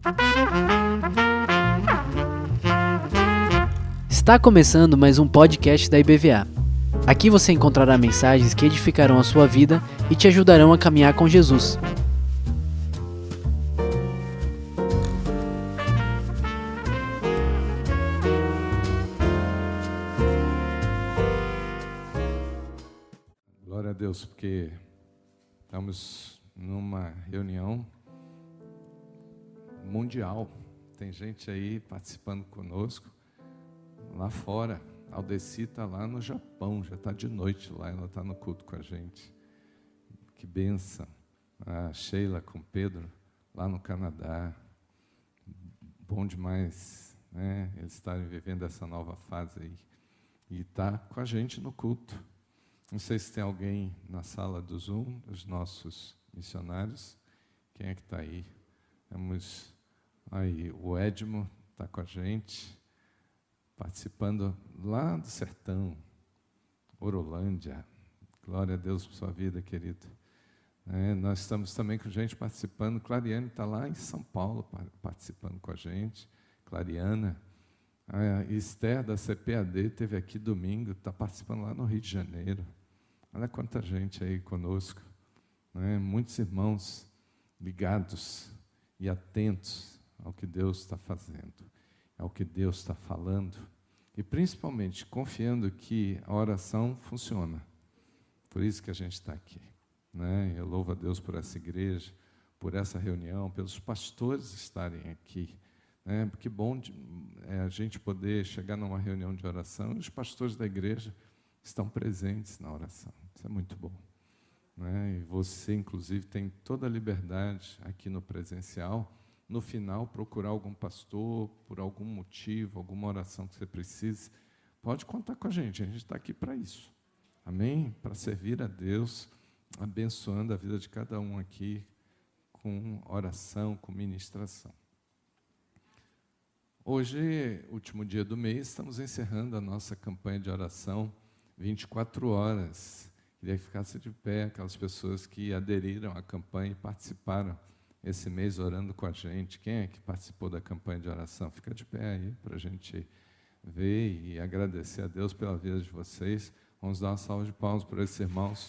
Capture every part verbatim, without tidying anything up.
Está começando mais um podcast da I B V A. Aqui você encontrará mensagens que edificarão a sua vida e te ajudarão a caminhar com Jesus. Glória a Deus, porque estamos numa reunião mundial. Tem gente aí participando conosco lá fora. A Aldeci está lá no Japão, já está de noite lá, ela está no culto com a gente. Que bênção. A Sheila com Pedro lá no Canadá. Bom demais, né? Eles estarem vivendo essa nova fase aí. E está com a gente no culto. Não sei se tem alguém na sala do Zoom, os nossos missionários. Quem é que está aí? Temos aí o Edmo, está com a gente, participando lá do sertão, Orolândia. Glória a Deus por sua vida, querido. É, nós estamos também com gente participando. Clariane está lá em São Paulo participando com a gente. Clariana. A Esther da C P A D esteve aqui domingo, está participando lá no Rio de Janeiro. Olha quanta gente aí conosco, né? Muitos irmãos ligados e atentos ao que Deus está fazendo, ao que Deus está falando, e principalmente confiando que a oração funciona. Por isso que a gente está aqui, né? Eu louvo a Deus por essa igreja, por essa reunião, pelos pastores estarem aqui. É, que bom de, é, a gente poder chegar numa reunião de oração e os pastores da igreja estão presentes na oração. Isso é muito bom, né? E você, inclusive, tem toda a liberdade aqui no presencial, no final, procurar algum pastor, por algum motivo, alguma oração que você precise. Pode contar com a gente, a gente está aqui para isso. Amém? Para servir a Deus, abençoando a vida de cada um aqui com oração, com ministração. Hoje, último dia do mês, estamos encerrando a nossa campanha de oração vinte e quatro horas. Queria que ficasse de pé aquelas pessoas que aderiram à campanha e participaram esse mês orando com a gente. Quem é que participou da campanha de oração? Fica de pé aí para a gente ver e agradecer a Deus pela vida de vocês. Vamos dar uma salva de palmas para esses irmãos.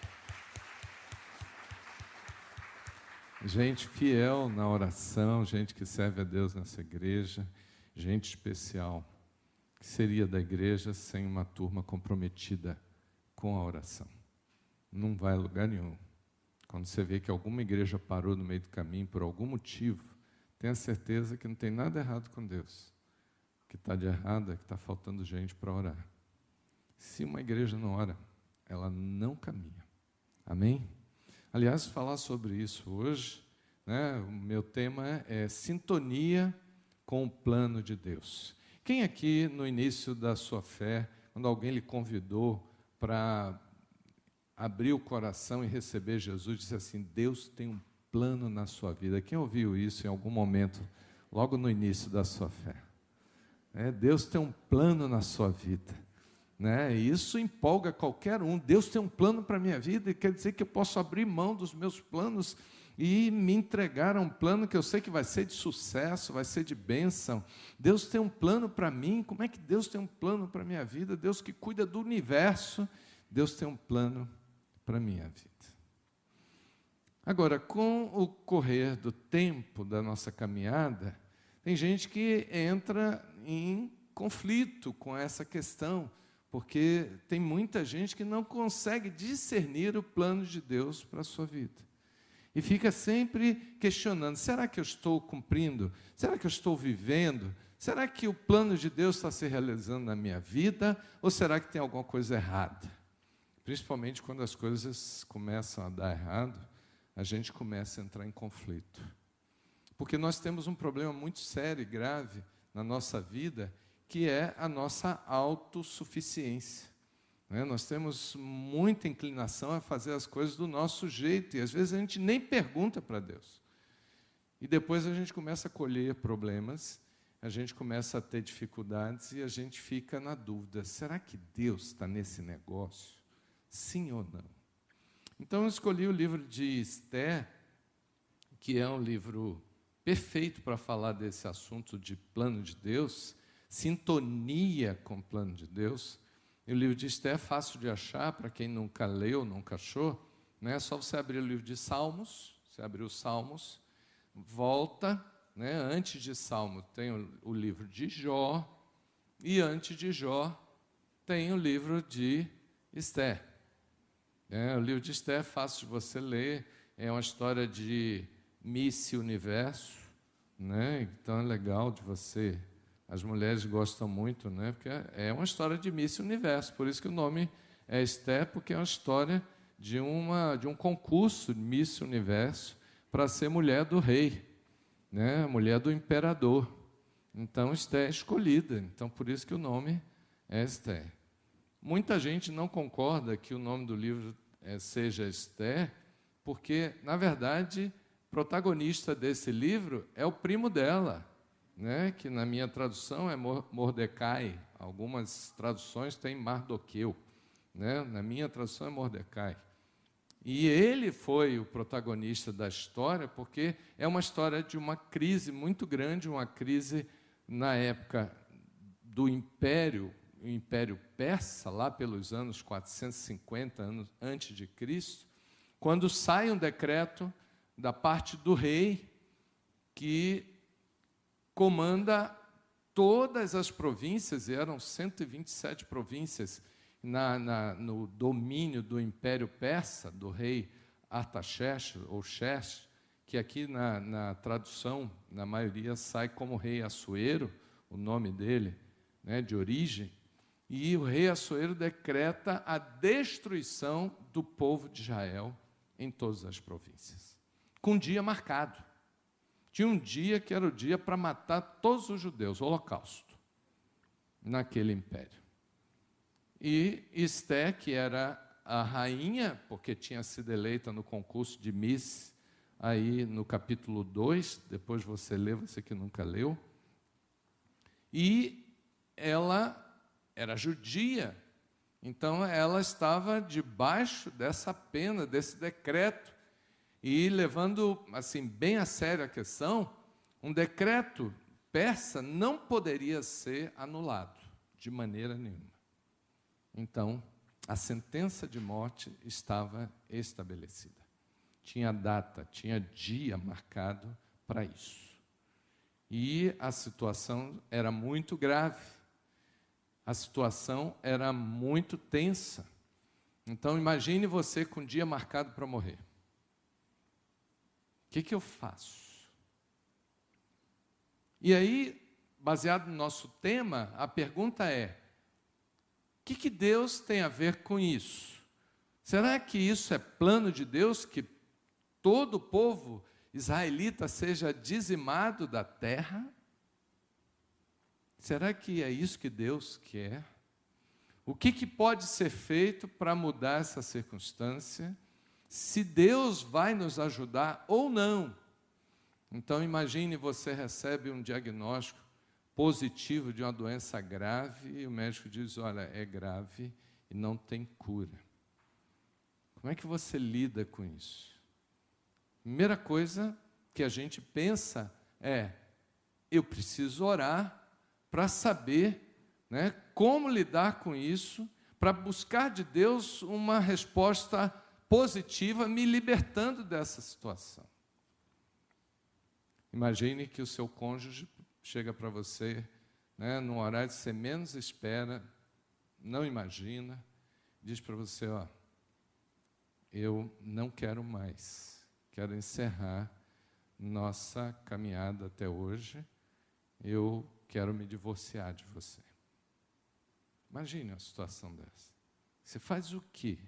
Gente fiel na oração, gente que serve a Deus nessa igreja, gente especial. O que seria da igreja sem uma turma comprometida com a oração? Não vai a lugar nenhum. Quando você vê que alguma igreja parou no meio do caminho por algum motivo, tenha certeza que não tem nada errado com Deus. O que está de errado é que está faltando gente para orar. Se uma igreja não ora, ela não caminha. Amém? Aliás, falar sobre isso hoje, né, o meu tema é, é sintonia com o plano de Deus. Quem aqui, no início da sua fé, quando alguém lhe convidou para abrir o coração e receber Jesus, disse assim: Deus tem um plano na sua vida? Quem ouviu isso em algum momento, logo no início da sua fé? É, Deus tem um plano na sua vida. Né? Isso empolga qualquer um. Deus tem um plano para a minha vida e quer dizer que eu posso abrir mão dos meus planos e me entregar a um plano que eu sei que vai ser de sucesso, vai ser de bênção. Deus tem um plano para mim. Como é que Deus tem um plano para a minha vida? Deus que cuida do universo, Deus tem um plano para a minha vida. Agora, com o correr do tempo da nossa caminhada, tem gente que entra em conflito com essa questão, porque tem muita gente que não consegue discernir o plano de Deus para a sua vida. E fica sempre questionando: será que eu estou cumprindo? Será que eu estou vivendo? Será que o plano de Deus está se realizando na minha vida? Ou será que tem alguma coisa errada? Principalmente quando as coisas começam a dar errado, a gente começa a entrar em conflito. Porque nós temos um problema muito sério e grave na nossa vida, que é a nossa autossuficiência. Né? Nós temos muita inclinação a fazer as coisas do nosso jeito, e às vezes a gente nem pergunta para Deus. E depois a gente começa a colher problemas, a gente começa a ter dificuldades e a gente fica na dúvida: será que Deus está nesse negócio? Sim ou não? Então eu escolhi o livro de Esther, que é um livro perfeito para falar desse assunto de plano de Deus, sintonia com o plano de Deus. E o livro de Esté é fácil de achar, para quem nunca leu, nunca achou, né? É só você abrir o livro de Salmos, você abrir os Salmos, volta, né? Antes de Salmo tem o, o livro de Jó, e antes de Jó tem o livro de Esté. É, o livro de Esté é fácil de você ler, é uma história de Miss Universo, né? Então é legal de você... As mulheres gostam muito, né? Porque é uma história de Miss Universo, por isso que o nome é Esté, porque é uma história de, uma, de um concurso de Miss Universo para ser mulher do rei, né? Mulher do imperador. Então, Esté é escolhida, então por isso que o nome é Esté. Muita gente não concorda que o nome do livro é, seja Esté, porque, na verdade, o protagonista desse livro é o primo dela, né, que na minha tradução é Mordecai, algumas traduções têm Mardoqueu, né, na minha tradução é Mordecai. E ele foi o protagonista da história, porque é uma história de uma crise muito grande, uma crise na época do Império, o Império Persa, lá pelos anos quatrocentos e cinquenta anos antes de Cristo, quando sai um decreto da parte do rei que comanda todas as províncias, e eram cento e vinte e sete províncias na, na, no domínio do Império Persa, do rei Artaxerxes, ou Xerxes, que aqui na, na tradução, na maioria, sai como rei Assuero, o nome dele, né, de origem, e o rei Assuero decreta a destruição do povo de Israel em todas as províncias, com um dia marcado. Tinha um dia que era o dia para matar todos os judeus, o holocausto, naquele império. E Esté, que era a rainha, porque tinha sido eleita no concurso de Miss, aí no capítulo dois, depois você lê, você que nunca leu, e ela era judia, então ela estava debaixo dessa pena, desse decreto, e levando assim bem a sério a questão, um decreto persa não poderia ser anulado de maneira nenhuma. Então, a sentença de morte estava estabelecida. Tinha data, tinha dia marcado para isso. E a situação era muito grave. A situação era muito tensa. Então, imagine você com um dia marcado para morrer. O que, que eu faço? E aí, baseado no nosso tema, a pergunta é: o que, que Deus tem a ver com isso? Será que isso é plano de Deus, que todo o povo israelita seja dizimado da terra? Será que é isso que Deus quer? O que, que pode ser feito para mudar essa circunstância? Se Deus vai nos ajudar ou não. Então, imagine, você recebe um diagnóstico positivo de uma doença grave, e o médico diz, olha, é grave e não tem cura. Como é que você lida com isso? Primeira coisa que a gente pensa é, eu preciso orar para saber, né, como lidar com isso, para buscar de Deus uma resposta positiva, me libertando dessa situação. Imagine que o seu cônjuge chega para você, né, num horário que você menos espera, não imagina, diz para você, ó, eu não quero mais, quero encerrar nossa caminhada até hoje, eu quero me divorciar de você. Imagine uma situação dessa. Você faz o quê?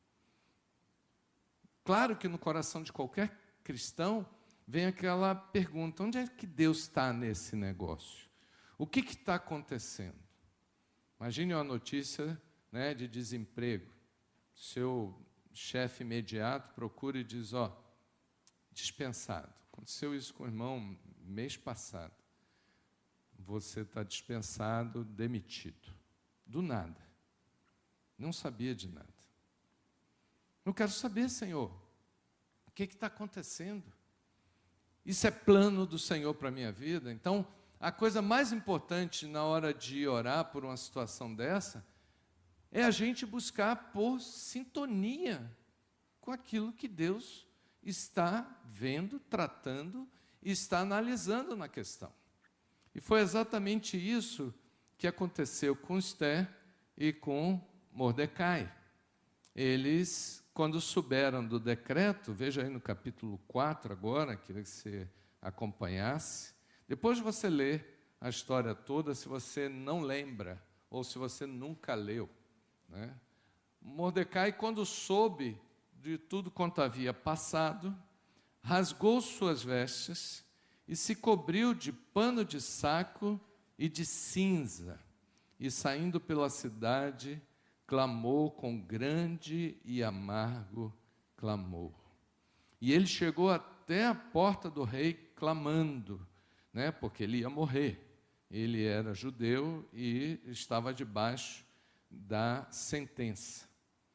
Claro que no coração de qualquer cristão vem aquela pergunta, onde é que Deus está nesse negócio? O que está acontecendo? Imagine uma notícia, né, de desemprego. Seu chefe imediato procura e diz, ó, dispensado. Aconteceu isso com o irmão mês passado. Você está dispensado, demitido. Do nada. Não sabia de nada. Eu quero saber, Senhor, o que está acontecendo? Isso é plano do Senhor para a minha vida? Então, a coisa mais importante na hora de orar por uma situação dessa é a gente buscar por sintonia com aquilo que Deus está vendo, tratando e está analisando na questão. E foi exatamente isso que aconteceu com Esther e com Mordecai. Eles, quando souberam do decreto, veja aí no capítulo quatro agora, queria que você acompanhasse. Depois de você ler a história toda, se você não lembra, ou se você nunca leu, né? Mordecai, quando soube de tudo quanto havia passado, rasgou suas vestes e se cobriu de pano de saco e de cinza, e saindo pela cidade, clamou com grande e amargo clamor. E ele chegou até a porta do rei clamando, né, porque ele ia morrer. Ele era judeu e estava debaixo da sentença.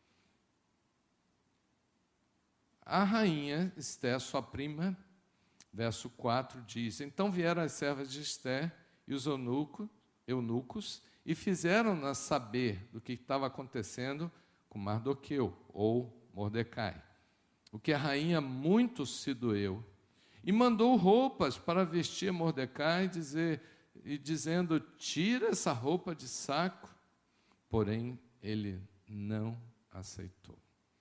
A rainha Esther, sua prima, verso quatro, diz: então vieram as servas de Esther e os eunucos, eunucos e fizeram-nas saber do que estava acontecendo com Mardoqueu, ou Mordecai. O que a rainha muito se doeu, e mandou roupas para vestir Mordecai, dizer, e dizendo: tira essa roupa de saco. Porém, ele não aceitou.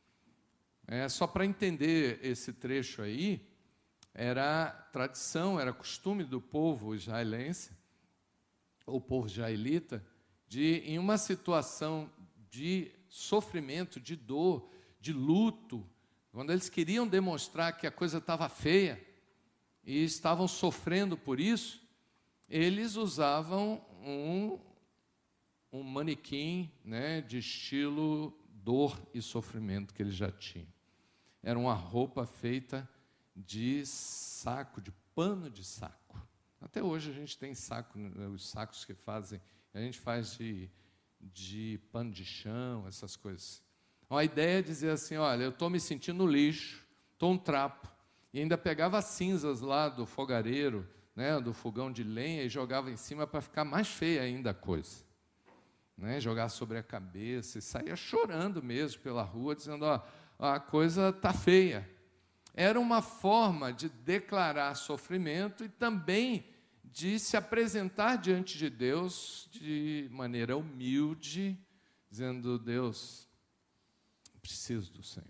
É, só para entender esse trecho aí, era tradição, era costume do povo israelense, ou povo israelita, de, em uma situação de sofrimento, de dor, de luto, quando eles queriam demonstrar que a coisa estava feia e estavam sofrendo por isso, eles usavam um, um manequim, né, de estilo dor e sofrimento que eles já tinham. Era uma roupa feita de saco, de pano de saco. Até hoje a gente tem saco, os sacos que fazem, a gente faz de, de pano de chão, essas coisas. Então, a ideia é dizer assim: olha, eu estou me sentindo lixo, estou um trapo, e ainda pegava cinzas lá do fogareiro, né, do fogão de lenha, e jogava em cima para ficar mais feia ainda a coisa. Né, jogar sobre a cabeça, e saía chorando mesmo pela rua, dizendo: ó, a coisa está feia. Era uma forma de declarar sofrimento e também de se apresentar diante de Deus de maneira humilde, dizendo: Deus, preciso do Senhor.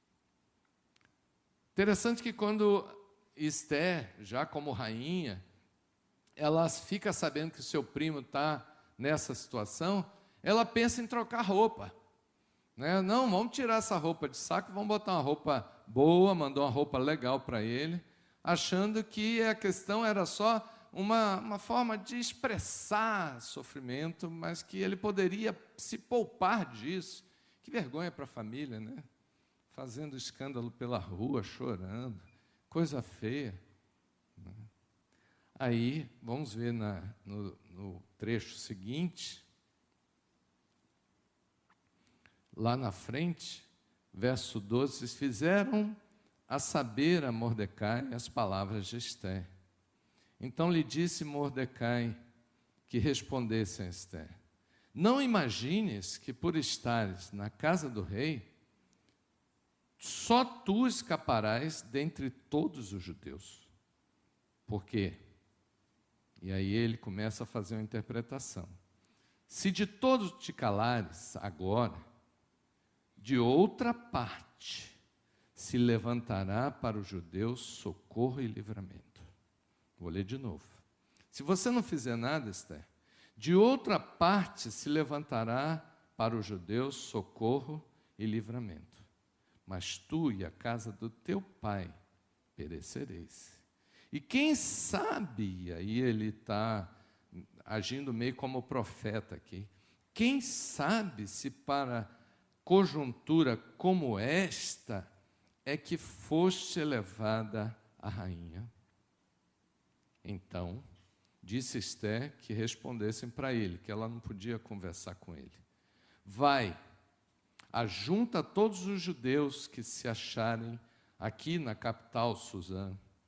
Interessante que quando Esther, já como rainha, ela fica sabendo que o seu primo está nessa situação, ela pensa em trocar roupa. Né? Não, vamos tirar essa roupa de saco, vamos botar uma roupa boa, mandou uma roupa legal para ele, achando que a questão era só uma, uma forma de expressar sofrimento, mas que ele poderia se poupar disso. Que vergonha para a família, né? Fazendo escândalo pela rua, chorando, coisa feia. Né? Aí, vamos ver na, no, no trecho seguinte, lá na frente, verso doze, fizeram a saber a Mordecai as palavras de Esther. Então lhe disse Mordecai que respondesse a Esther: não imagines que por estares na casa do rei, só tu escaparás dentre todos os judeus. Por quê? E aí ele começa a fazer uma interpretação. Se de todos te calares agora, de outra parte se levantará para os judeus socorro e livramento. Vou ler de novo. Se você não fizer nada, Esther, de outra parte se levantará para os judeus socorro e livramento. Mas tu e a casa do teu pai perecereis. E quem sabe, e aí ele está agindo meio como profeta aqui, quem sabe se para conjuntura como esta é que foste elevada a rainha? Então, disse Esther que respondessem para ele, que ela não podia conversar com ele. Vai, ajunta todos os judeus que se acharem aqui na capital Suzã,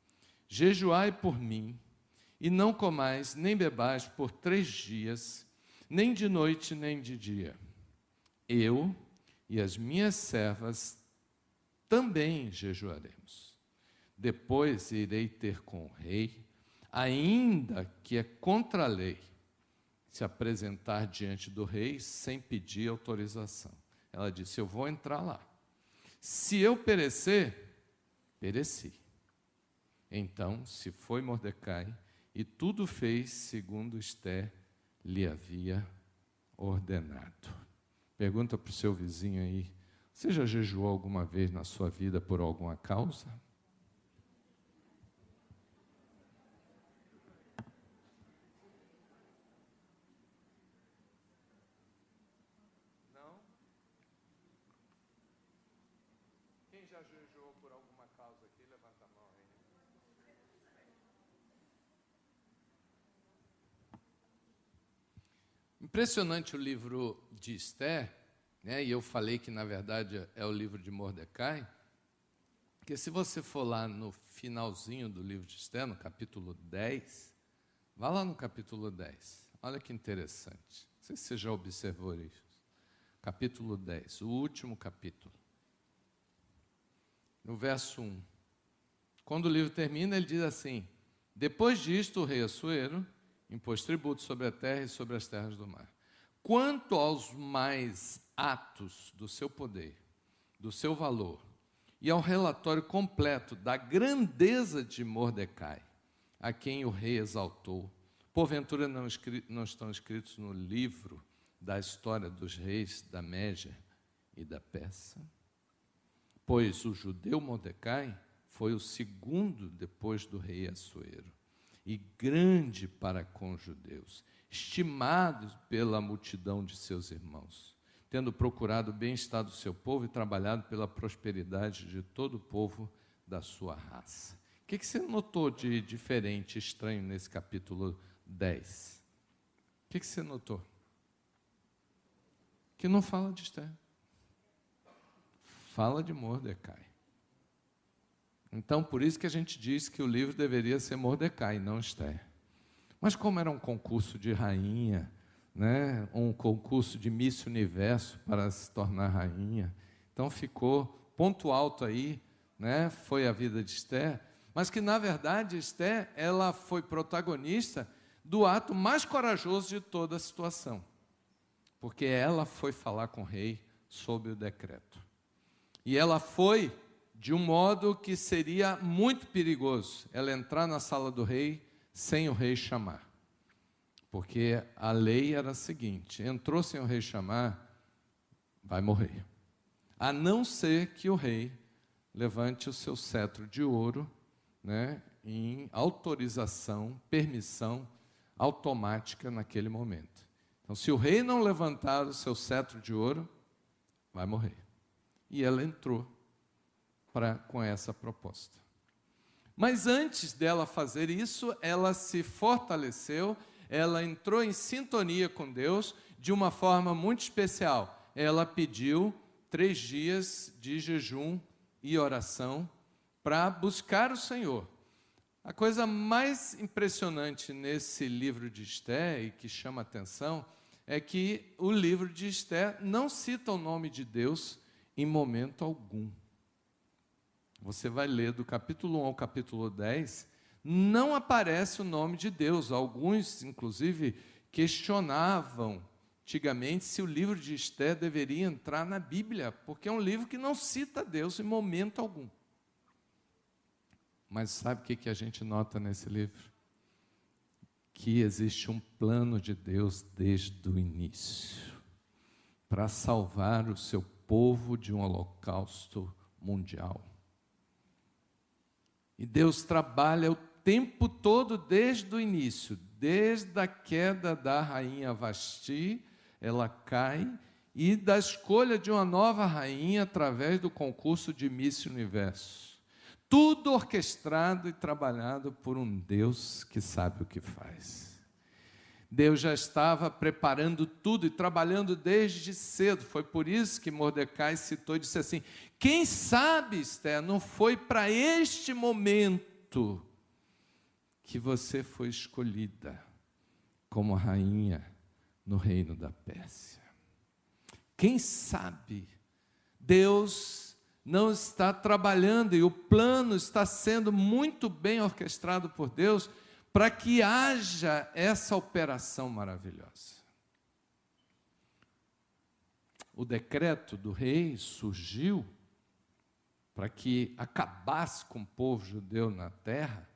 jejuai por mim, e não comais nem bebais por três dias, nem de noite nem de dia. Eu e as minhas servas também jejuaremos. Depois irei ter com o rei, ainda que é contra a lei, se apresentar diante do rei sem pedir autorização. Ela disse, eu vou entrar lá. Se eu perecer, pereci. Então se foi Mordecai e tudo fez segundo Ester lhe havia ordenado. Pergunta para o seu vizinho aí, você já jejuou alguma vez na sua vida por alguma causa? Não? Quem já jejuou por alguma causa aqui, levanta a mão aí. Impressionante o livro de Ester, né? E eu falei que, na verdade, é o livro de Mordecai, porque se você for lá no finalzinho do livro de Ester, no capítulo dez, vá lá no capítulo dez, olha que interessante, não sei se você já observou isso, capítulo dez, o último capítulo, no verso um, quando o livro termina, ele diz assim, depois disto o rei Assuero impôs tributo sobre a terra e sobre as terras do mar. Quanto aos mais atos do seu poder, do seu valor, e ao relatório completo da grandeza de Mordecai, a quem o rei exaltou, porventura não, escri- não estão escritos no livro da história dos reis da Média e da Pérsia? Pois o judeu Mordecai foi o segundo depois do rei Assuero, e grande para com os judeus, estimado pela multidão de seus irmãos, tendo procurado o bem-estar do seu povo e trabalhado pela prosperidade de todo o povo da sua raça. O que, que você notou de diferente, estranho nesse capítulo dez? O que, que você notou? Que não fala de Ester. Fala de Mordecai. Então, por isso que a gente diz que o livro deveria ser Mordecai, não Ester. Mas como era um concurso de rainha, né, um concurso de Miss Universo para se tornar rainha, então ficou ponto alto aí, né, foi a vida de Ester, mas que, na verdade, Ester, ela foi protagonista do ato mais corajoso de toda a situação, porque ela foi falar com o rei sobre o decreto. E ela foi de um modo que seria muito perigoso, ela entrar na sala do rei sem o rei chamar. Porque a lei era a seguinte, entrou sem o rei chamar, vai morrer. A não ser que o rei levante o seu cetro de ouro, né, em autorização, permissão automática naquele momento. Então, se o rei não levantar o seu cetro de ouro, vai morrer. E ela entrou pra, com essa proposta. Mas antes dela fazer isso, ela se fortaleceu, ela entrou em sintonia com Deus de uma forma muito especial. Ela pediu três dias de jejum e oração para buscar o Senhor. A coisa mais impressionante nesse livro de Ester, e que chama a atenção, é que o livro de Ester não cita o nome de Deus em momento algum. Você vai ler do capítulo um ao capítulo dez, não aparece o nome de Deus. Alguns, inclusive, questionavam antigamente se o livro de Ester deveria entrar na Bíblia, porque é um livro que não cita Deus em momento algum. Mas sabe o que a gente nota nesse livro? Que existe um plano de Deus desde o início, para salvar o seu povo de um holocausto mundial. E Deus trabalha o tempo todo desde o início, desde a queda da rainha Vasti, ela cai, e da escolha de uma nova rainha através do concurso de Miss Universo. Tudo orquestrado e trabalhado por um Deus que sabe o que faz. Deus já estava preparando tudo e trabalhando desde cedo. Foi por isso que Mordecai citou e disse assim: quem sabe, Ester, não foi para este momento que você foi escolhida como rainha no reino da Pérsia. Quem sabe Deus não está trabalhando e o plano está sendo muito bem orquestrado por Deus para que haja essa operação maravilhosa. O decreto do rei surgiu para que acabasse com o povo judeu na terra,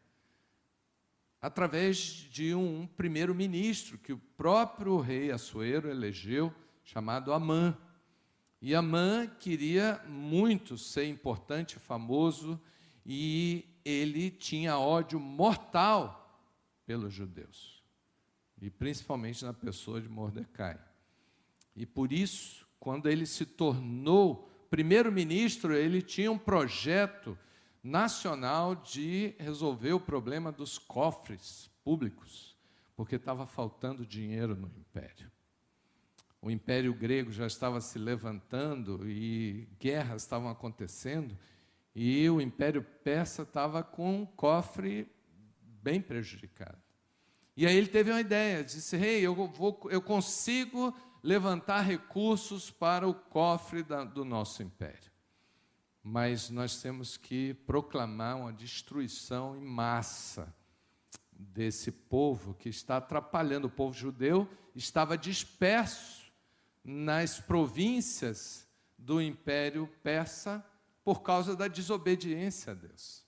através de um primeiro-ministro que o próprio rei Assuero elegeu, chamado Amã. E Amã queria muito ser importante e famoso, e ele tinha ódio mortal pelos judeus, e principalmente na pessoa de Mordecai. E por isso, quando ele se tornou primeiro-ministro, ele tinha um projeto nacional de resolver o problema dos cofres públicos, porque estava faltando dinheiro no império. O império grego já estava se levantando e guerras estavam acontecendo, e o império persa estava com um cofre bem prejudicado. E aí ele teve uma ideia, disse: rei, hey, eu, vou, eu consigo levantar recursos para o cofre da, do nosso império. Mas nós temos que proclamar uma destruição em massa desse povo que está atrapalhando. O povo judeu estava disperso nas províncias do Império Persa por causa da desobediência a Deus.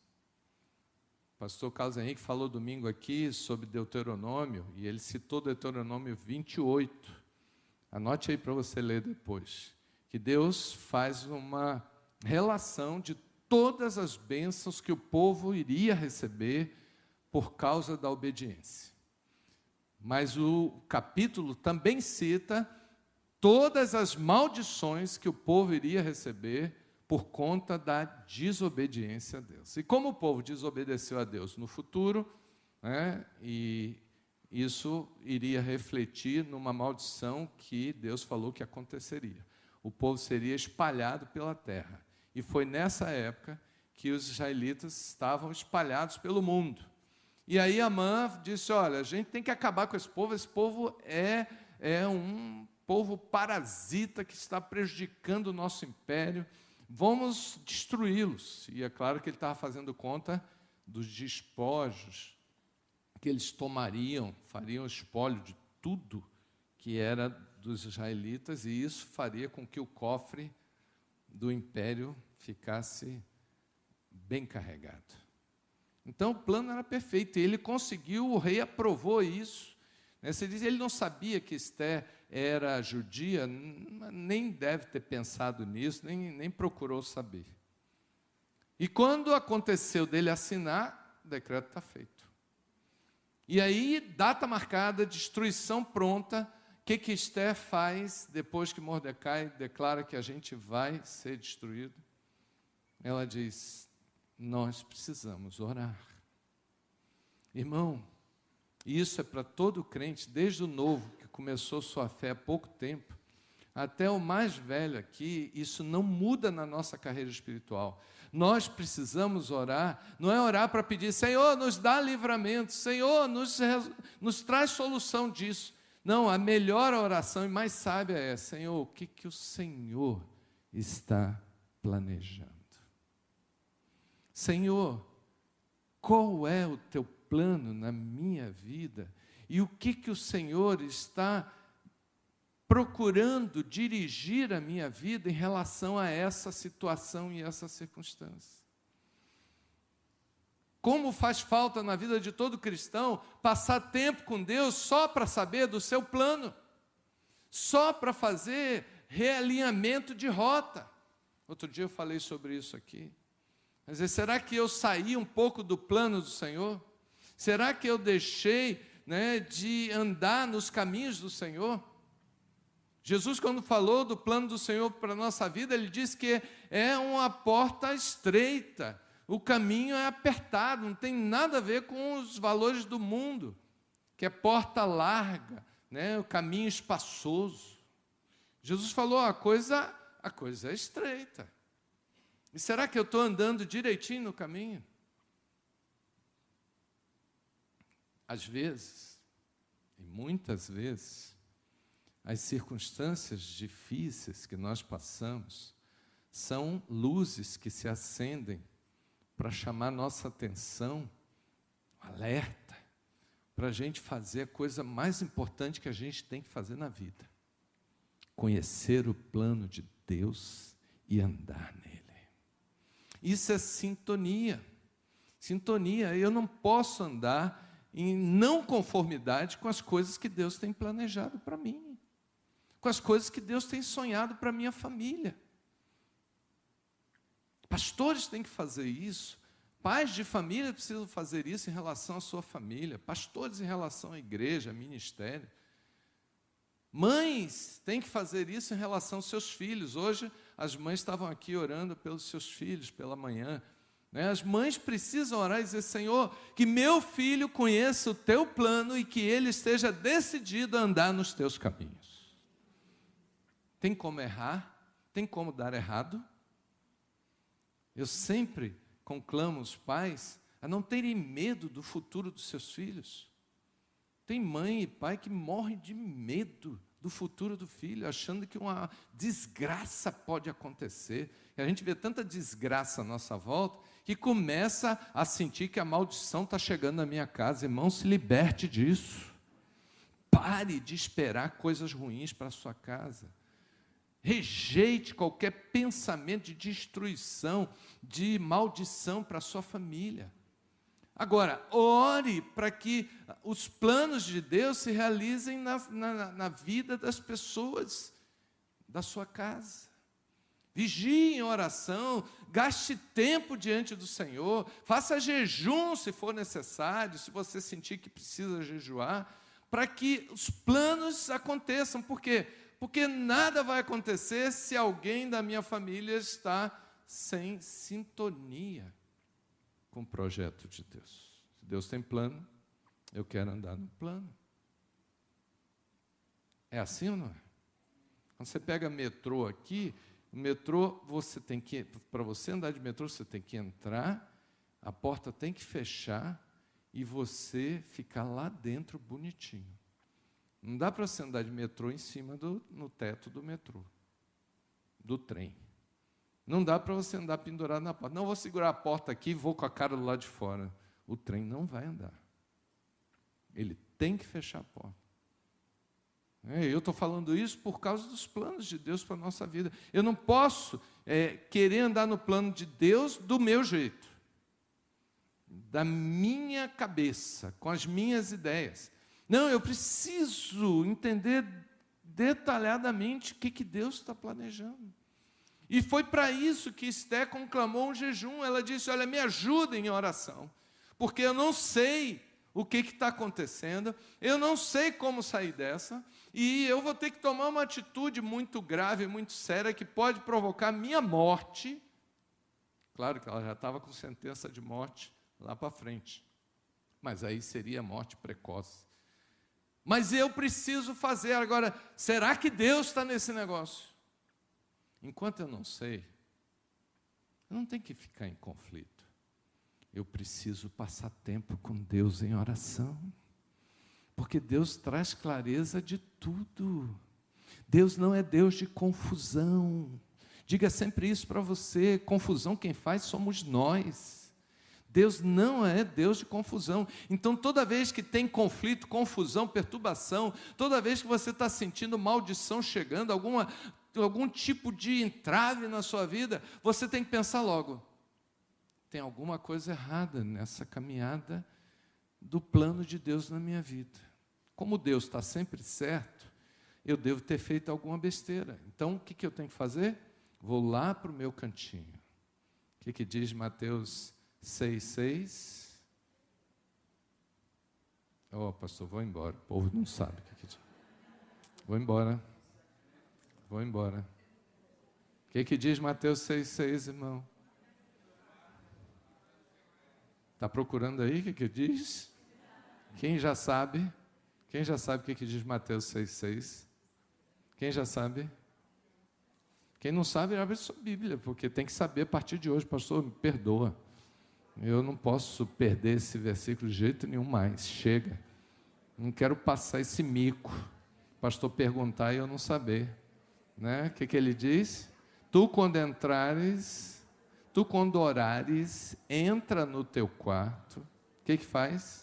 O pastor Carlos Henrique falou domingo aqui sobre Deuteronômio, e ele citou Deuteronômio vinte e oito. Anote aí para você ler depois. Que Deus faz uma relação de todas as bênçãos que o povo iria receber por causa da obediência. Mas o capítulo também cita todas as maldições que o povo iria receber por conta da desobediência a Deus. E como o povo desobedeceu a Deus no futuro, né, e isso iria refletir numa maldição que Deus falou que aconteceria. O povo seria espalhado pela terra. E foi nessa época que os israelitas estavam espalhados pelo mundo. E aí Amã disse: olha, a gente tem que acabar com esse povo, esse povo é, é um povo parasita que está prejudicando o nosso império, vamos destruí-los. E é claro que ele estava fazendo conta dos despojos que eles tomariam, fariam espólio de tudo que era dos israelitas, e isso faria com que o cofre do império ficasse bem carregado. Então o plano era perfeito, e ele conseguiu, o rei aprovou isso. Você diz, ele não sabia que Esther era judia, nem deve ter pensado nisso, nem, nem procurou saber. E quando aconteceu dele assinar, o decreto está feito. E aí, data marcada, destruição pronta. O que que Esther faz depois que Mordecai declara que a gente vai ser destruído? Ela diz: nós precisamos orar. Irmão, isso é para todo crente, desde o novo, que começou sua fé há pouco tempo, até o mais velho aqui. Isso não muda na nossa carreira espiritual. Nós precisamos orar, não é orar para pedir: Senhor, nos dá livramento, Senhor, nos, nos traz solução disso. Não, a melhor oração e mais sábia é: Senhor, o que, que o Senhor está planejando? Senhor, qual é o teu plano na minha vida? E o que, que o Senhor está procurando dirigir a minha vida em relação a essa situação e essa circunstância? Como faz falta na vida de todo cristão passar tempo com Deus só para saber do seu plano, só para fazer realinhamento de rota. Outro dia eu falei sobre isso aqui. Quer dizer, será que eu saí um pouco do plano do Senhor? Será que eu deixei, né, de andar nos caminhos do Senhor? Jesus, quando falou do plano do Senhor para a nossa vida, ele disse que é uma porta estreita, o caminho é apertado, não tem nada a ver com os valores do mundo, que é porta larga, né, o caminho espaçoso. Jesus falou: a coisa, a coisa é estreita. E será que eu estou andando direitinho no caminho? às vezes, e muitas vezes, as circunstâncias difíceis que nós passamos são luzes que se acendem para chamar nossa atenção, alerta, para a gente fazer a coisa mais importante que a gente tem que fazer na vida: conhecer o plano de Deus e andar nele. Isso é sintonia. Sintonia, eu não posso andar em não conformidade com as coisas que Deus tem planejado para mim, com as coisas que Deus tem sonhado para a minha família. Pastores têm que fazer isso, pais de família precisam fazer isso em relação à sua família, pastores em relação à igreja, ministério. Mães têm que fazer isso em relação aos seus filhos. Hoje as mães estavam aqui orando pelos seus filhos pela manhã. Né? As mães precisam orar e dizer: Senhor, que meu filho conheça o teu plano e que ele esteja decidido a andar nos teus caminhos. Tem como errar? Tem como dar errado? Eu sempre conclamo os pais a não terem medo do futuro dos seus filhos. Tem mãe e pai que morrem de medo do futuro do filho, achando que uma desgraça pode acontecer. E a gente vê tanta desgraça à nossa volta que começa a sentir que a maldição está chegando na minha casa. Irmão, se liberte disso. Pare de esperar coisas ruins para a sua casa. Rejeite qualquer pensamento de destruição, de maldição para a sua família. Agora, ore para que os planos de Deus se realizem na, na, na vida das pessoas da sua casa. Vigie em oração, gaste tempo diante do Senhor, faça jejum se for necessário, se você sentir que precisa jejuar, para que os planos aconteçam. Por quê? Porque nada vai acontecer se alguém da minha família está sem sintonia com o projeto de Deus. Se Deus tem plano, eu quero andar no plano. É assim ou não é? Quando você pega metrô aqui, o metrô, você tem que, para você andar de metrô, você tem que entrar, a porta tem que fechar e você ficar lá dentro bonitinho. Não dá para você andar de metrô em cima do no teto do metrô, do trem. Não dá para você andar pendurado na porta. Não, vou segurar a porta aqui e vou com a cara do lado de fora. O trem não vai andar. Ele tem que fechar a porta. É, eu estou falando isso por causa dos planos de Deus para a nossa vida. Eu não posso é, querer andar no plano de Deus do meu jeito, da minha cabeça, com as minhas ideias. Não, eu preciso entender detalhadamente o que, que Deus está planejando. E foi para isso que Esté conclamou um jejum. Ela disse: olha, me ajudem em oração, porque eu não sei o que está acontecendo, eu não sei como sair dessa, e eu vou ter que tomar uma atitude muito grave, muito séria, que pode provocar minha morte. Claro que ela já estava com sentença de morte lá para frente, mas aí seria morte precoce. Mas eu preciso fazer. Agora, será que Deus está nesse negócio? Enquanto eu não sei, eu não tenho que ficar em conflito. Eu preciso passar tempo com Deus em oração, porque Deus traz clareza de tudo. Deus não é Deus de confusão. Diga sempre isso para você: confusão quem faz somos nós. Deus não é Deus de confusão. Então, toda vez que tem conflito, confusão, perturbação, toda vez que você está sentindo maldição chegando, alguma, algum tipo de entrave na sua vida, você tem que pensar logo: tem alguma coisa errada nessa caminhada do plano de Deus na minha vida. Como Deus está sempre certo, eu devo ter feito alguma besteira. Então, o que, que eu tenho que fazer? Vou lá para o meu cantinho. O que, que diz Mateus seis, seis? Oh, pastor, vou embora. O povo não sabe o que, que diz. Vou embora. Vou embora. O que, que diz Mateus seis, seis, irmão? Está procurando aí o que, que diz? Quem já sabe? Quem já sabe o que, que diz Mateus seis, seis? Quem já sabe? Quem não sabe, abre sua Bíblia, porque tem que saber a partir de hoje. Pastor, me perdoa. Eu não posso perder esse versículo de jeito nenhum mais. Chega. Não quero passar esse mico. O pastor perguntar e eu não saber. Né? O que, que ele diz? Tu quando entrares, tu quando orares, entra no teu quarto. O que que faz?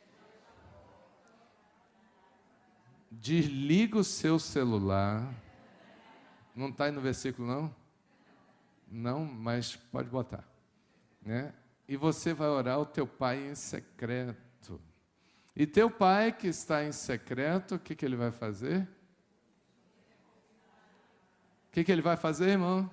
Desliga o seu celular. Não está aí no versículo, não? Não, mas pode botar. Né? E você vai orar ao teu pai em secreto. E teu pai que está em secreto, o que, que ele vai fazer? O que, que ele vai fazer, irmão?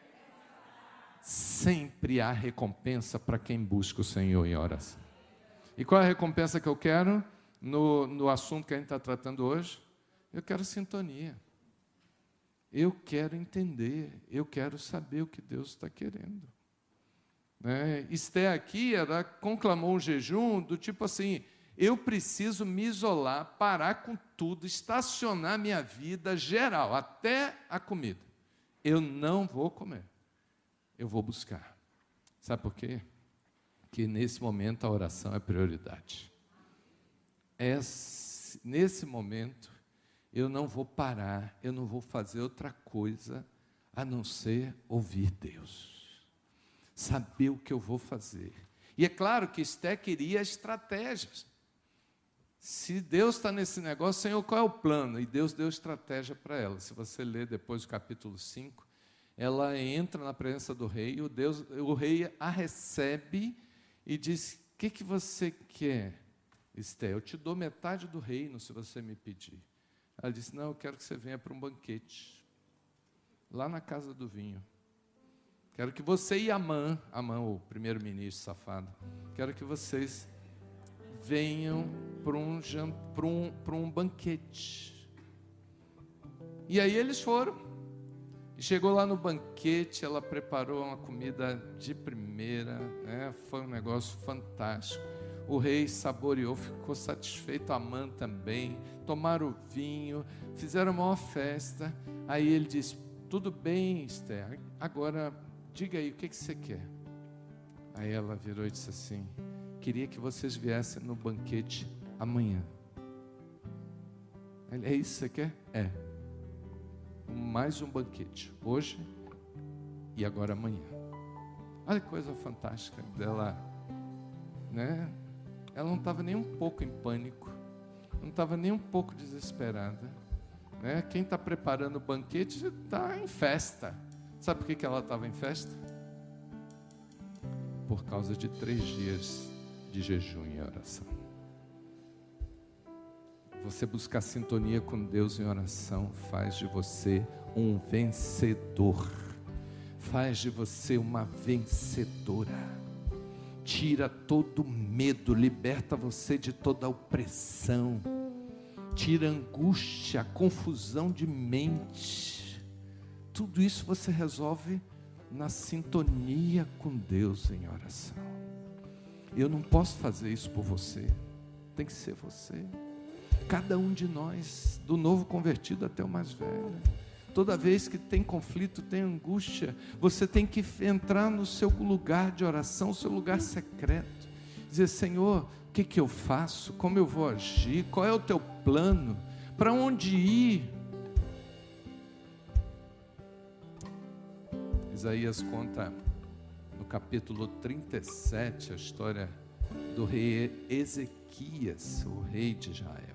Sempre há recompensa para quem busca o Senhor em oração. E qual é a recompensa que eu quero no, no assunto que a gente está tratando hoje? Eu quero sintonia. Eu quero entender. Eu quero saber o que Deus está querendo. Né? Esté aqui, ela conclamou um jejum do tipo assim, eu preciso me isolar, parar com tudo, estacionar minha vida geral, até a comida. Eu não vou comer. Eu vou buscar. Sabe por quê? Porque nesse momento a oração é prioridade. É, nesse momento, eu não vou parar, eu não vou fazer outra coisa a não ser ouvir Deus. Saber o que eu vou fazer. E é claro que Esté queria estratégias. Se Deus está nesse negócio, Senhor, qual é o plano? E Deus deu estratégia para ela. Se você ler depois do capítulo cinco, ela entra na presença do rei, o, Deus, o rei a recebe e diz, o que, que você quer, Esté? Eu te dou metade do reino se você me pedir. Ela disse, não, eu quero que você venha para um banquete, lá na casa do vinho. Quero que você e Amã, Amã, o primeiro-ministro safado, quero que vocês venham para um, para um, para um banquete. E aí eles foram. E chegou lá no banquete, ela preparou uma comida de primeira, né? Foi um negócio fantástico. O rei saboreou, ficou satisfeito, Amã também. Tomaram vinho, fizeram uma maior festa. Aí ele disse, tudo bem, Esté, agora diga aí, o que, que você quer? Aí ela virou e disse assim, queria que vocês viessem no banquete amanhã. Ele, é isso que você quer? É. Mais um banquete, hoje e agora amanhã. Olha que coisa fantástica dela, né? Ela não estava nem um pouco em pânico, não estava nem um pouco desesperada, né? Quem está preparando o banquete está em festa. Sabe por que, que ela estava em festa? Por causa de três dias de jejum e oração. Você buscar sintonia com Deus em oração faz de você um vencedor, faz de você uma vencedora, tira todo medo, liberta você de toda opressão, tira a angústia, a confusão de mente. Tudo isso você resolve na sintonia com Deus em oração. Eu não posso fazer isso por você, tem que ser você. Cada um de nós, do novo convertido até o mais velho, toda vez que tem conflito, tem angústia, você tem que entrar no seu lugar de oração, seu lugar secreto, dizer, Senhor, o que, que eu faço? Como eu vou agir? Qual é o teu plano? Para onde ir? Isaías conta no capítulo trinta e sete a história do rei Ezequias, o rei de Israel.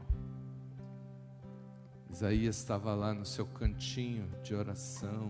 Isaías estava lá no seu cantinho de oração,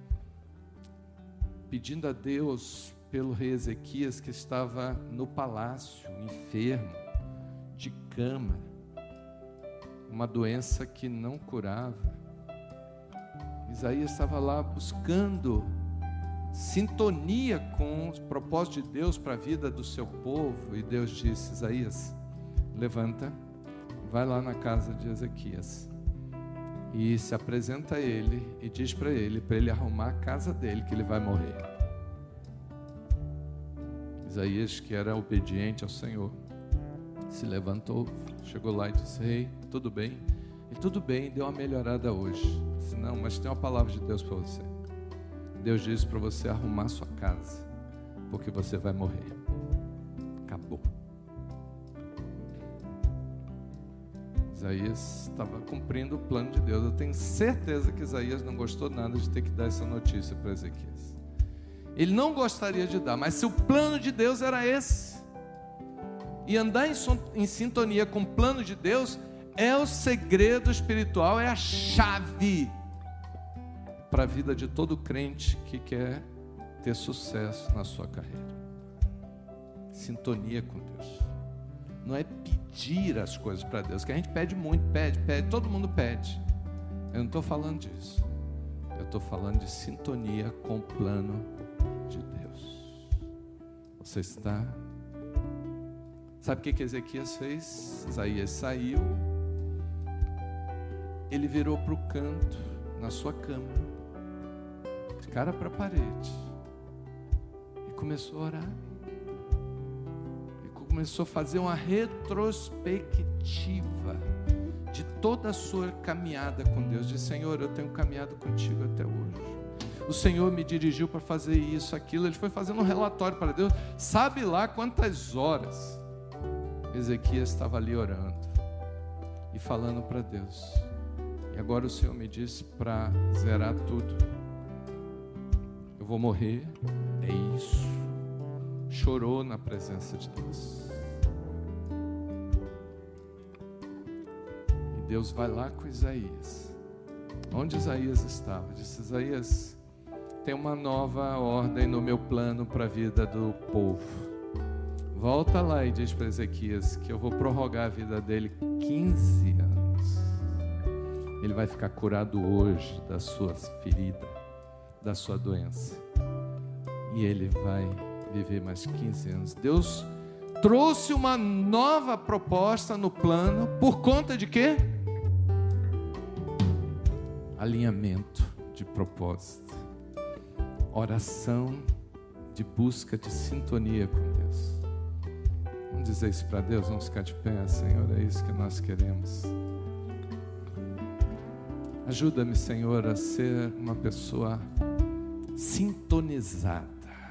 pedindo a Deus pelo rei Ezequias, que estava no palácio, enfermo, de cama, uma doença que não curava. Isaías estava lá buscando sintonia com o propósito de Deus para a vida do seu povo, e Deus disse, Isaías, levanta, vai lá na casa de Ezequias, e se apresenta a ele, e diz para ele, para ele arrumar a casa dele, que ele vai morrer. Isaías, que era obediente ao Senhor, se levantou, chegou lá e disse, rei, tudo bem? E tudo bem, deu uma melhorada hoje. Disse, não, mas tem uma palavra de Deus para você. Deus diz para você arrumar sua casa, porque você vai morrer. Isaías estava cumprindo o plano de Deus. Eu tenho certeza que Isaías não gostou nada de ter que dar essa notícia para Ezequias. Ele não gostaria de dar, mas se o plano de Deus era esse, e andar em, em sintonia com o plano de Deus é o segredo espiritual, é a chave para a vida de todo crente que quer ter sucesso na sua carreira. Sintonia com Deus. Não é pedir as coisas para Deus, que a gente pede muito, pede, pede, todo mundo pede. Eu não estou falando disso. Eu estou falando de sintonia com o plano de Deus. Você está... Sabe o que que Ezequias fez? Isaías saiu, ele virou para o canto, na sua cama, de cara para a parede, e começou a orar. E começou a fazer uma retrospectiva de toda a sua caminhada com Deus. Disse: Senhor, eu tenho caminhado contigo até hoje. O Senhor me dirigiu para fazer isso, aquilo. Ele foi fazendo um relatório para Deus. Sabe lá quantas horas Ezequias estava ali orando e falando para Deus. E agora o Senhor me disse para zerar tudo. Eu vou morrer, é isso. Chorou na presença de Deus. E Deus vai lá com Isaías. Onde Isaías estava? Disse: Isaías, tem uma nova ordem no meu plano para a vida do povo. Volta lá e diz para Ezequias que eu vou prorrogar a vida dele quinze anos. Ele vai ficar curado hoje da sua ferida, da sua doença. E ele vai viver mais quinze anos. Deus trouxe uma nova proposta no plano. Por conta de quê? Alinhamento de propósito. Oração de busca de sintonia com Deus. Vamos dizer isso para Deus, vamos ficar de pé. Senhor, é isso que nós queremos. Ajuda-me, Senhor, a ser uma pessoa sintonizada.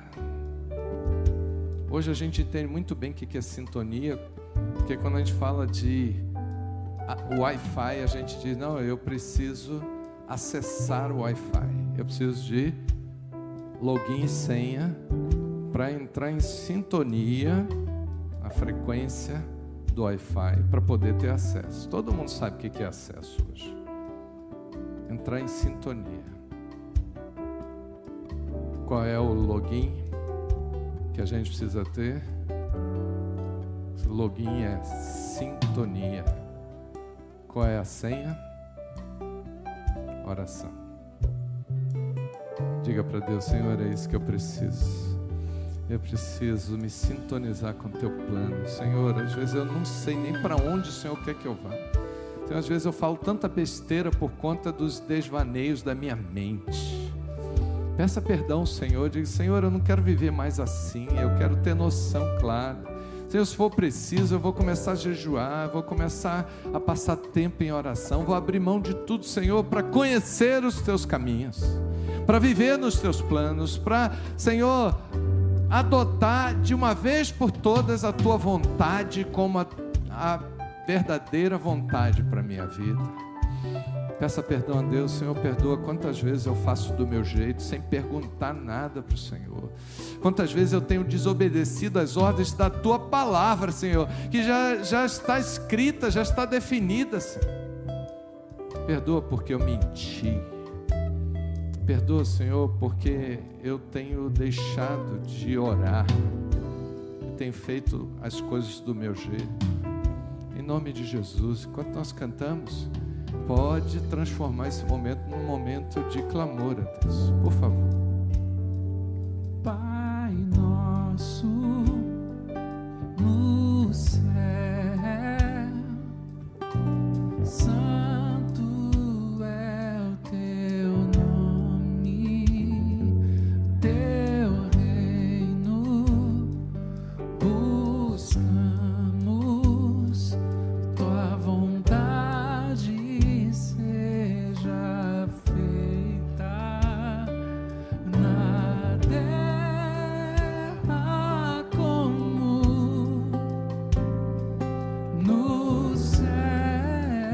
Hoje a gente entende muito bem o que é sintonia, porque quando a gente fala de Wi-Fi, a gente diz: não, eu preciso acessar o Wi-Fi, eu preciso de login e senha para entrar em sintonia, a frequência do Wi-Fi, para poder ter acesso. Todo mundo sabe o que é acesso hoje. Entrar em sintonia. Qual é o login que a gente precisa ter? O login é sintonia. Qual é a senha? Oração. Diga para Deus: Senhor, é isso que eu preciso. Eu preciso me sintonizar com o teu plano. Senhor, às vezes eu não sei nem para onde o Senhor quer que eu vá. Então, às vezes eu falo tanta besteira por conta dos desvaneios da minha mente. Peça perdão, Senhor. Diga: Senhor, eu não quero viver mais assim. Eu quero ter noção clara. Senhor, se for preciso, eu vou começar a jejuar, vou começar a passar tempo em oração, vou abrir mão de tudo, Senhor, para conhecer os teus caminhos, para viver nos teus planos, para, Senhor, adotar de uma vez por todas a tua vontade como a, a verdadeira vontade para a minha vida. Peça perdão a Deus. Senhor, perdoa quantas vezes eu faço do meu jeito, sem perguntar nada para o Senhor. Quantas vezes eu tenho desobedecido às ordens da tua palavra, Senhor, que já, já está escrita, já está definida, Senhor. Perdoa porque eu menti. Perdoa, Senhor, porque eu tenho deixado de orar, eu tenho feito as coisas do meu jeito. Em nome de Jesus, enquanto nós cantamos, pode transformar esse momento num momento de clamor a Deus, por favor. Pai nosso no céu, santo é o teu nome, teu reino buscamos, tua vontade seja feita na terra como no céu.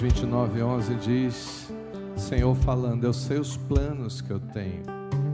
vinte e nove, onze diz, Senhor falando, eu sei os planos que eu tenho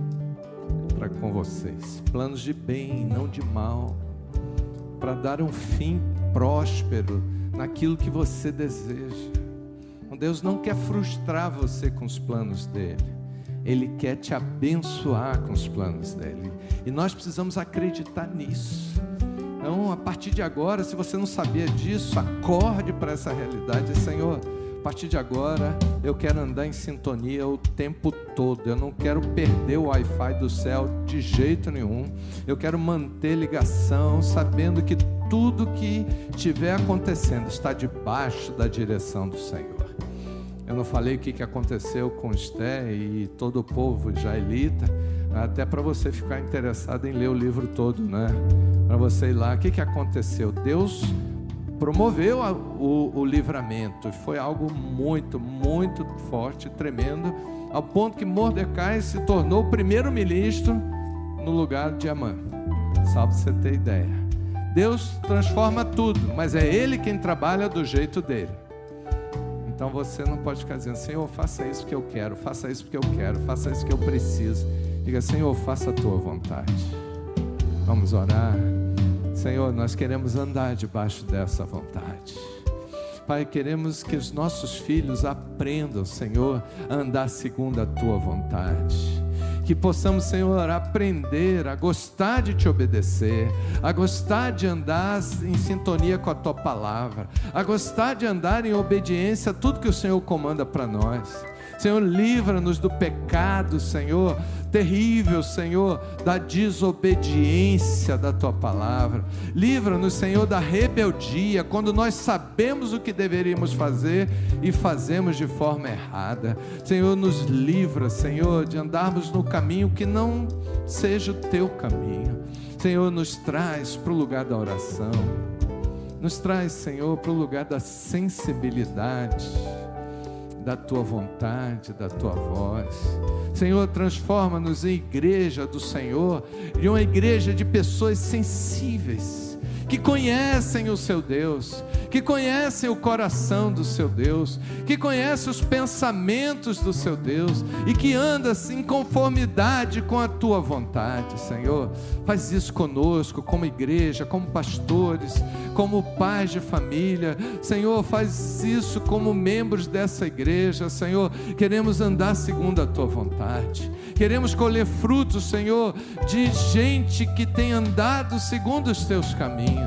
para com vocês, planos de bem, não de mal, para dar um fim próspero naquilo que você deseja. Deus não quer frustrar você com os planos dele, Ele quer te abençoar com os planos dele, e nós precisamos acreditar nisso. Então, a partir de agora, se você não sabia disso, acorde para essa realidade. Senhor, a partir de agora eu quero andar em sintonia o tempo todo, eu não quero perder o Wi-Fi do céu de jeito nenhum, eu quero manter ligação, sabendo que tudo que estiver acontecendo está debaixo da direção do Senhor. Eu não falei o que aconteceu com Esté e todo o povo israelita, até para você ficar interessado em ler o livro todo, né? Para você ir lá, o que, que aconteceu? Deus promoveu a, o, o livramento, foi algo muito, muito forte, tremendo, ao ponto que Mordecai se tornou o primeiro ministro no lugar de Amã, só para você ter ideia. Deus transforma tudo, mas é Ele quem trabalha do jeito dele. Então você não pode ficar dizendo, Senhor, faça isso que eu quero, faça isso que eu quero, faça isso que eu preciso. Diga, Senhor, faça a tua vontade. Vamos orar. Senhor, nós queremos andar debaixo dessa vontade. Pai, queremos que os nossos filhos aprendam, Senhor, a andar segundo a tua vontade. Que possamos, Senhor, aprender a gostar de te obedecer, a gostar de andar em sintonia com a tua palavra, a gostar de andar em obediência a tudo que o Senhor comanda para nós. Senhor, livra-nos do pecado, Senhor, terrível, Senhor, da desobediência da Tua palavra. Livra-nos, Senhor, da rebeldia, quando nós sabemos o que deveríamos fazer e fazemos de forma errada. Senhor, nos livra, Senhor, de andarmos no caminho que não seja o Teu caminho. Senhor, nos traz para o lugar da oração. Nos traz, Senhor, para o lugar da sensibilidade, da Tua vontade, da Tua voz. Senhor, transforma-nos em igreja do Senhor, de uma igreja de pessoas sensíveis, que conhecem o seu Deus, que conhecem o coração do seu Deus, que conhecem os pensamentos do seu Deus e que anda assim em conformidade com a tua vontade. Senhor, faz isso conosco como igreja, como pastores, como pais de família. Senhor, faz isso como membros dessa igreja. Senhor, queremos andar segundo a tua vontade, queremos colher frutos, Senhor, de gente que tem andado segundo os teus caminhos.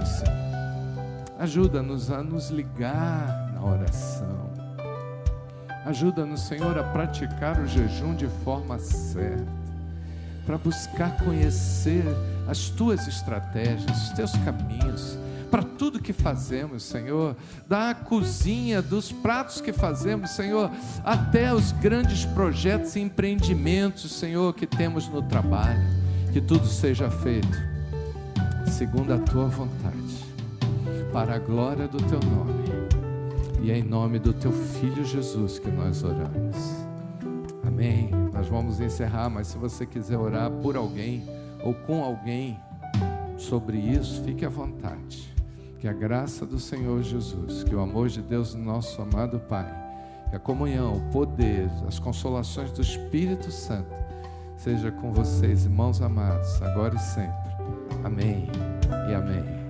Ajuda-nos a nos ligar na oração. Ajuda-nos, Senhor, a praticar o jejum de forma certa, para buscar conhecer as Tuas estratégias, os Teus caminhos, para tudo que fazemos, Senhor, da cozinha, dos pratos que fazemos, Senhor, até os grandes projetos e empreendimentos, Senhor, que temos no trabalho. Que tudo seja feito segundo a Tua vontade, para a glória do Teu nome, e é em nome do Teu Filho Jesus que nós oramos. Amém. Nós vamos encerrar, mas se você quiser orar por alguém ou com alguém sobre isso, fique à vontade. Que a graça do Senhor Jesus, que o amor de Deus, nosso amado Pai, que a comunhão, o poder, as consolações do Espírito Santo seja com vocês, irmãos amados, agora e sempre. Amém e amém.